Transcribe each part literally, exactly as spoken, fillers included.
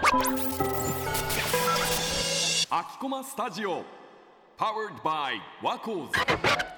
アキコマスタジオ Powered by ワコーズ。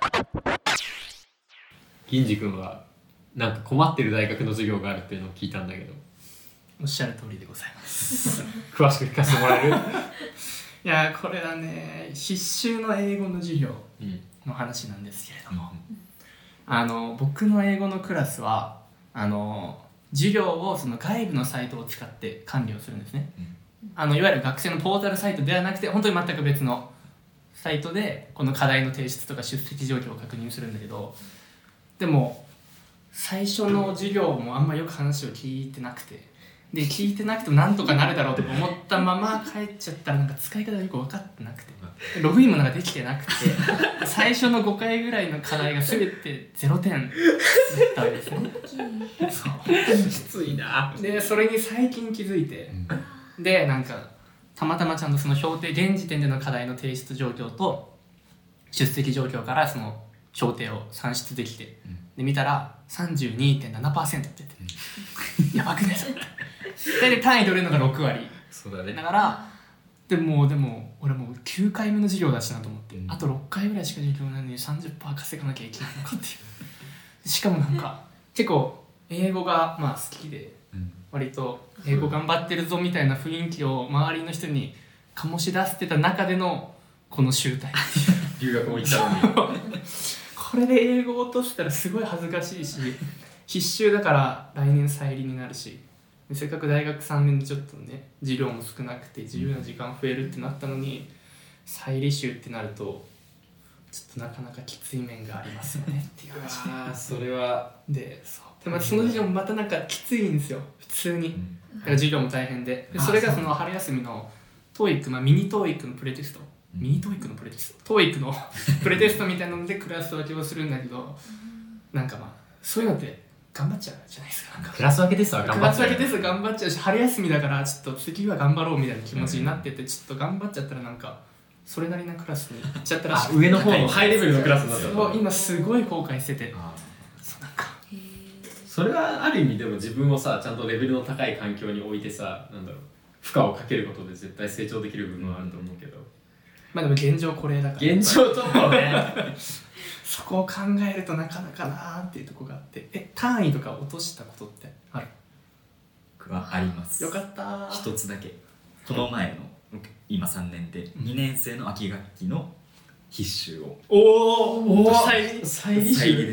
銀次君はなんか困ってる大学の授業があるっていうのを聞いたんだけど、 おっしゃる通りでございます詳しく聞かせてもらえる？ いやこれはね必修の英語の授業うんの話なんですけれども、うん、あの僕の英語のクラスはあの授業をその外部のサイトを使って管理をするんですね、うん、あのいわゆる学生のポータルサイトではなくて本当に全く別のサイトでこの課題の提出とか出席状況を確認するんだけど、でも最初の授業もあんまよく話を聞いてなくて、で聞いてなくてもなんとかなるだろうと思ったまま帰っちゃったらなんか使い方がよく分かってなくて、ログインもなんかできてなくて最初のごかいぐらいの課題が全てゼロてんだったんですねそうきついな。 でそれに最近気づいて、でなんかたまたまちゃんとその評定現時点での課題の提出状況と出席状況からその評定を算出できて、で見たら さんじゅうにてんななパーセント って言ってやばくね大体単位取れるのがろくわりそうだね。 だからでもでも俺もうきゅうかいめの授業だしなと思って、うん、あとろっかいぐらいしか授業ないのに さんじゅっパーセント 稼がなきゃいけないのかっていうしかもなんか結構英語がまあ好きで、うん、割と英語頑張ってるぞみたいな雰囲気を周りの人に醸し出してた中でのこの集大っていう留学も行ったのにこれで英語を落としたらすごい恥ずかしいし必修だから来年再利になるし、せっかく大学さんねんでちょっとね授業も少なくて自由な時間増えるってなったのに再履修ってなるとちょっとなかなかきつい面がありますよねっていう話であそれはでそうでまたその授業もまたなんかきついんですよ普通に、だから授業も大変で、でそれがその春休みの トーイック、まあ、ミニ トーイック のプレテストミニ トーイック のプレテスト トーイック のプレテストみたいなのでクラス分けをするんだけど、なんかまあそういうのって頑張っちゃうじゃないですか。なんかクラス分けテストは頑張っちゃう。 クラス分けテスト頑張っちゃうし、春休みだからちょっと次は頑張ろうみたいな気持ちになってて、ちょっと頑張っちゃったらなんかそれなりなクラスに行っちゃったらしくて、 上の方のハイレベルのクラスになっちゃった。 そう今すごい後悔してて、そうなんかそれはある意味でも自分をさちゃんとレベルの高い環境に置いてさ、なんだろう負荷をかけることで絶対成長できる部分はあると思うけど、 まあでも現状これだから現状ちょっとねそこを考えるとなかなかなーっていうところがあって、え単位とか落としたことってある？ 僕はあります。 よかったー。 一つだけ。この前の今さんねんでにねん生の秋学期の必修をおーおー再再履修です。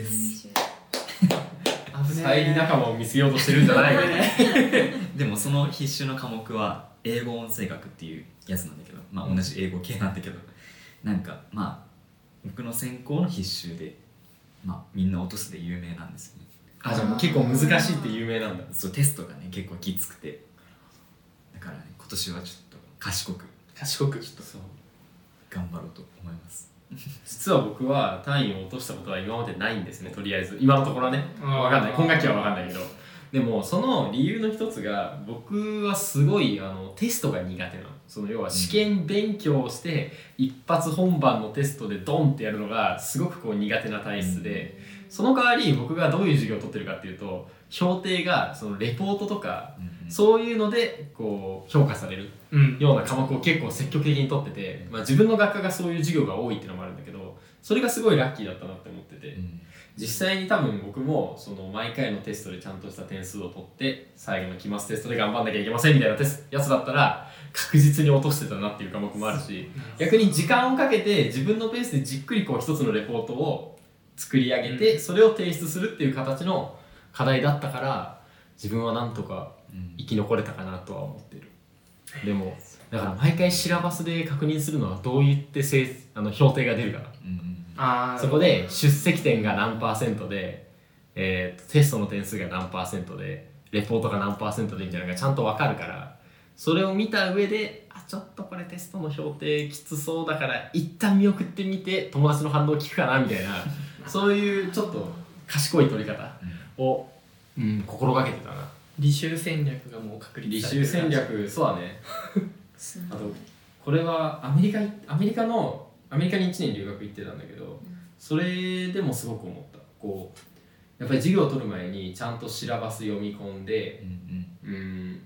再利仲間を見つけようとしてるんじゃないでもその必修の科目は英語音声学っていうやつなんだけど、まあ同じ英語系なんだけど、なんかまあ僕の専攻の必修で、まあみんな落とすで有名なんですよね。 あ、じゃあもう結構難しいって有名なんだ。 そう、テストがね結構きつくて、だからね今年はちょっと賢く賢くちょっとそう頑張ろうと思います。 実は僕は単位を落としたことは今までないんですね。とりあえず今のところね、分かんない、今学期は分かんないけど、でもその理由の一つが僕はすごいあのテストが苦手なの。その要は試験勉強をして一発本番のテストでドンってやるのがすごくこう苦手な体質で、その代わり僕がどういう授業を取ってるかっていうと、評定がそのレポートとか、うん、そういうのでこう評価されるような科目を結構積極的に取ってて、まあ、自分の学科がそういう授業が多いっていうのもあるんだけど、それがすごいラッキーだったなって思ってて、うん、実際に多分僕もその毎回のテストでちゃんとした点数を取って最後の期末テストで頑張んなきゃいけませんみたいなテスやつだったら確実に落としてたなっていう科目もあるし、逆に時間をかけて自分のペースでじっくりこう一つのレポートを作り上げて、それを提出するっていう形の課題だったから自分はなんとか生き残れたかなとは思ってる。でもだから毎回シラバスで確認するのはどう言って成あの評定が出るかな、うん、あそこで出席点が何パーセントで、えー、テストの点数が何パーセントでレポートが何パーセントでいいんじゃないかちゃんと分かるから、それを見た上であちょっとこれテストの評定きつそうだから一旦見送ってみて友達の反応聞くかなみたいなそういうちょっと賢い取り方を、うん、心がけてたな。 履修戦略がもう確立されてる。 履修戦略、そうだねあとこれはアメリカアメリカのアメリカにいちねん留学行ってたんだけど、うん、それでもすごく思った。こうやっぱり授業を取る前にちゃんとシラバス読み込んで、うんうん、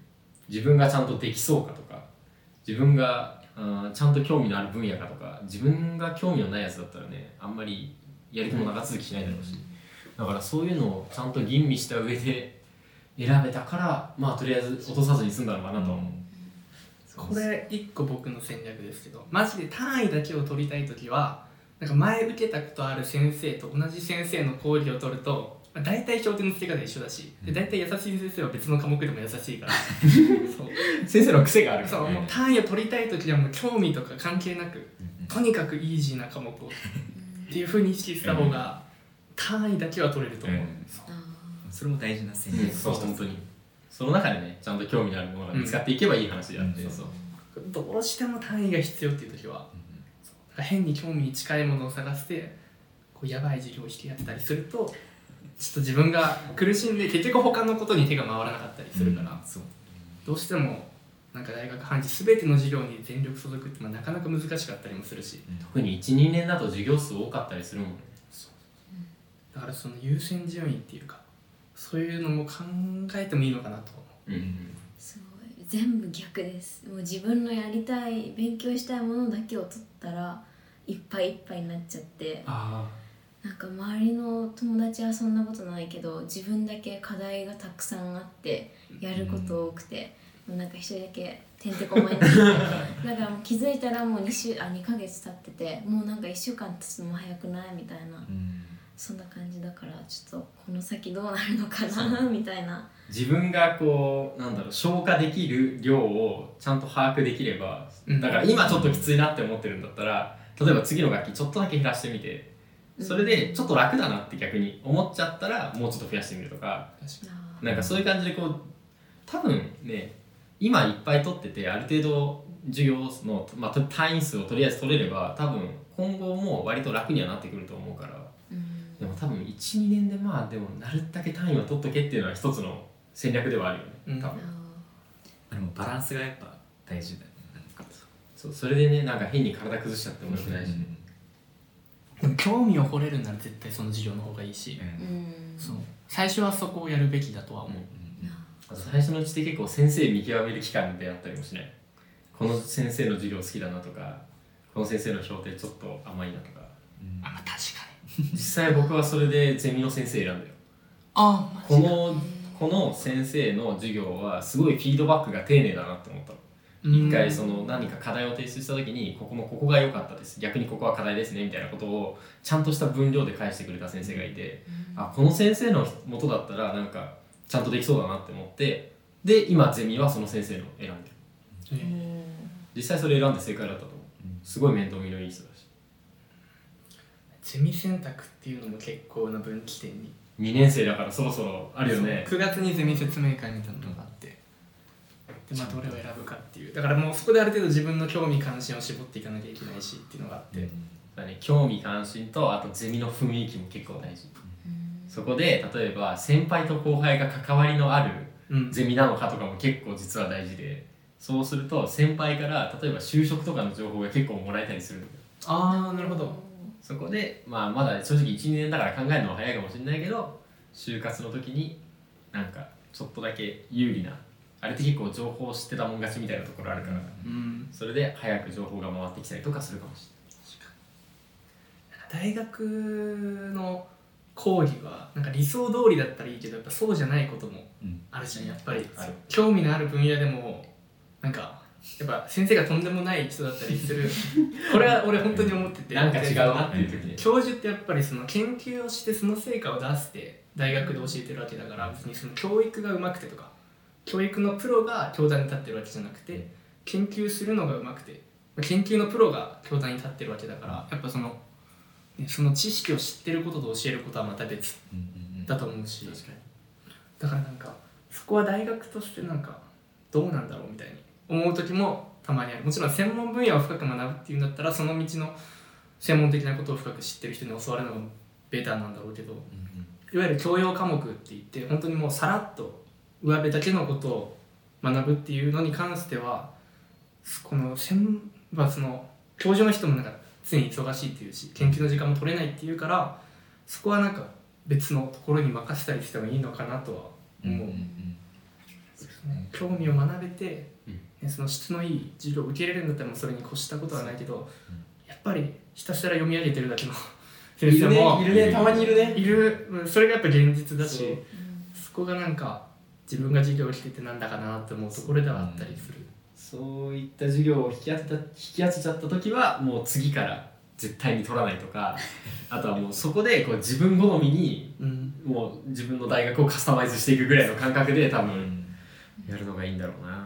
自分がちゃんとできそうかとか、自分があちゃんと興味のある分野かとか、自分が興味のないやつだったらねあんまりやり手も長続きしないだろうし、だからそういうのをちゃんと吟味した上で選べたから、まあとりあえず落とさずに済んだのかなと思う。 これ一個僕の戦略ですけど、マジで単位だけを取りたいときはなんか前受けたことある先生と同じ先生の講義を取ると、まあ、大体評点の付け方一緒だし、で大体優しい先生は別の科目でも優しいからそう先生の癖があるから、ね、 そうもう単位を取りたいときはもう興味とか関係なく、とにかくイージーな科目をっていうふうに意識した方が単位だけは取れると思う、うん、 そうそれも大事な戦略、 うん、そう本当にその中でねちゃんと興味のあるものが見つかっていけばいい話であって、うん、そうどうしても単位が必要っていう時は、うん、変に興味に近いものを探してこうやばい授業をしてやったりするとちょっと自分が苦しんで結局他のことに手が回らなかったりするから、うん、そうどうしてもなんか大学半時全ての授業に全力注ぐって、まあ、なかなか難しかったりもするし、 うん、特にいち、にねんだと授業数多かったりするもんね。 だからその優先順位っていうかそういうのも考えてもいいのかなと思う、うんうん、 すごい全部逆です。もう自分のやりたい勉強したいものだけを取ったらいっぱいいっぱいになっちゃって、 あなんか周りの友達はそんなことないけど自分だけ課題がたくさんあってやること多くて、うん、もうなんか一人だけてんてこまいになってだからもう気づいたらもう 2, 週あにかげつ経っててもうなんかいっしゅうかん経つのも早くないみたいな、うん、そんな感じだからちょっとこの先どうなるのかなみたいな。 自分がこうなんだろう消化できる量をちゃんと把握できれば、だから今ちょっときついなって思ってるんだったら例えば次の学期ちょっとだけ減らしてみて、それでちょっと楽だなって逆に思っちゃったらもうちょっと増やしてみるとか、なんかそういう感じでこう多分ね今いっぱい取っててある程度授業の、まあ、単位数をとりあえず取れれば多分今後も割と楽にはなってくると思うから、うん、でも多分いち、にねんでまあでもなるだけ単位を取っとけっていうのは一つの戦略ではあるよね、うん、多分でもバランスがやっぱ大事だよね。なんかそうそれでねなんか変に体崩しちゃってもよくないし、ね、 でも興味を掘れるなら絶対その授業の方がいいし、うん、そう最初はそこをやるべきだとは思う、うん、 あと最初のうちって結構先生見極める期間であったりもしない。この先生の授業好きだなとかこの先生の評定ちょっと甘いなとか、 うん、あ、まあ、確かに実際僕はそれでゼミの先生選んだよ。 ああこのこの先生の授業はすごいフィードバックが丁寧だなって思ったの。一回その何か課題を提出した時にここもここが良かったです、逆にここは課題ですねみたいなことをちゃんとした分量で返してくれた先生がいて、あこの先生の元だったらなんかちゃんとできそうだなって思って、で今ゼミはその先生の選んでる、えー、実際それ選んで正解だったと思う。すごい面倒見のいい人だし。 ゼミ選択っていうのも結構な分岐点ににねん生だからそろそろあるよね。 くがつにゼミ説明会みたいなのがあって、でまあ、どれを選ぶかっていう、だからもうそこである程度自分の興味関心を絞っていかなきゃいけないしっていうのがあって、うんだね、興味関心とあとゼミの雰囲気も結構大事、うん、そこで例えば先輩と後輩が関わりのあるゼミなのかとかも結構実は大事で、そうすると先輩から例えば就職とかの情報が結構もらえたりするんだよ。 ああなるほど。 そこで、まあ、まだ正直いち、にねんだから考えるのは早いかもしれないけど就活の時になんかちょっとだけ有利なあれって結構情報を知ってたもん勝ちみたいなところあるから、うん、それで早く情報が回ってきたりとかするかもしれない。大学の講義はなんか理想通りだったらいいけどやっぱそうじゃないこともあるじゃん、やっぱり、うん、興味のある分野でもなんかやっぱ先生がとんでもない人だったりするこれは俺本当に思っててなんか違うなっていう時に教授ってやっぱりその研究をしてその成果を出して大学で教えてるわけだから、別にその教育がうまくてとか教育のプロが教壇に立ってるわけじゃなくて研究するのがうまくて研究のプロが教壇に立ってるわけだから、やっぱそのその知識を知ってることと教えることはまた別だと思うし、確かにだからなんかそこは大学としてなんかどうなんだろうみたいに思う時もたまにある。もちろん専門分野を深く学ぶっていうんだったらその道の専門的なことを深く知ってる人に教わるのがベターなんだろうけど、いわゆる教養科目って言って本当にもうさらっと上辺だけのことを学ぶっていうのに関してはこの選抜の教授の人もなんか常に忙しいっていうし研究の時間も取れないっていうから、そこはなんか別のところに任せたりしてもいいのかなとは思う、うんうんうん、 その興味を学べて、 うんね、その質のいい授業を受け入れるんだったらもうそれに越したことはないけど、やっぱりひたすら読み上げてるだけの先生もいるねいるねたまにいるねいる、うんそれがやっぱ現実だし、 そうそこがなんか自分が授業をしててなんだかなって思うところではあったりする。 そういった授業を引き当てた引き当てちゃった時はもう次から絶対に取らないとかあとはもうそこでこう自分好みにうんもう自分の大学をカスタマイズしていくぐらいの感覚で多分やるのがいいんだろうな。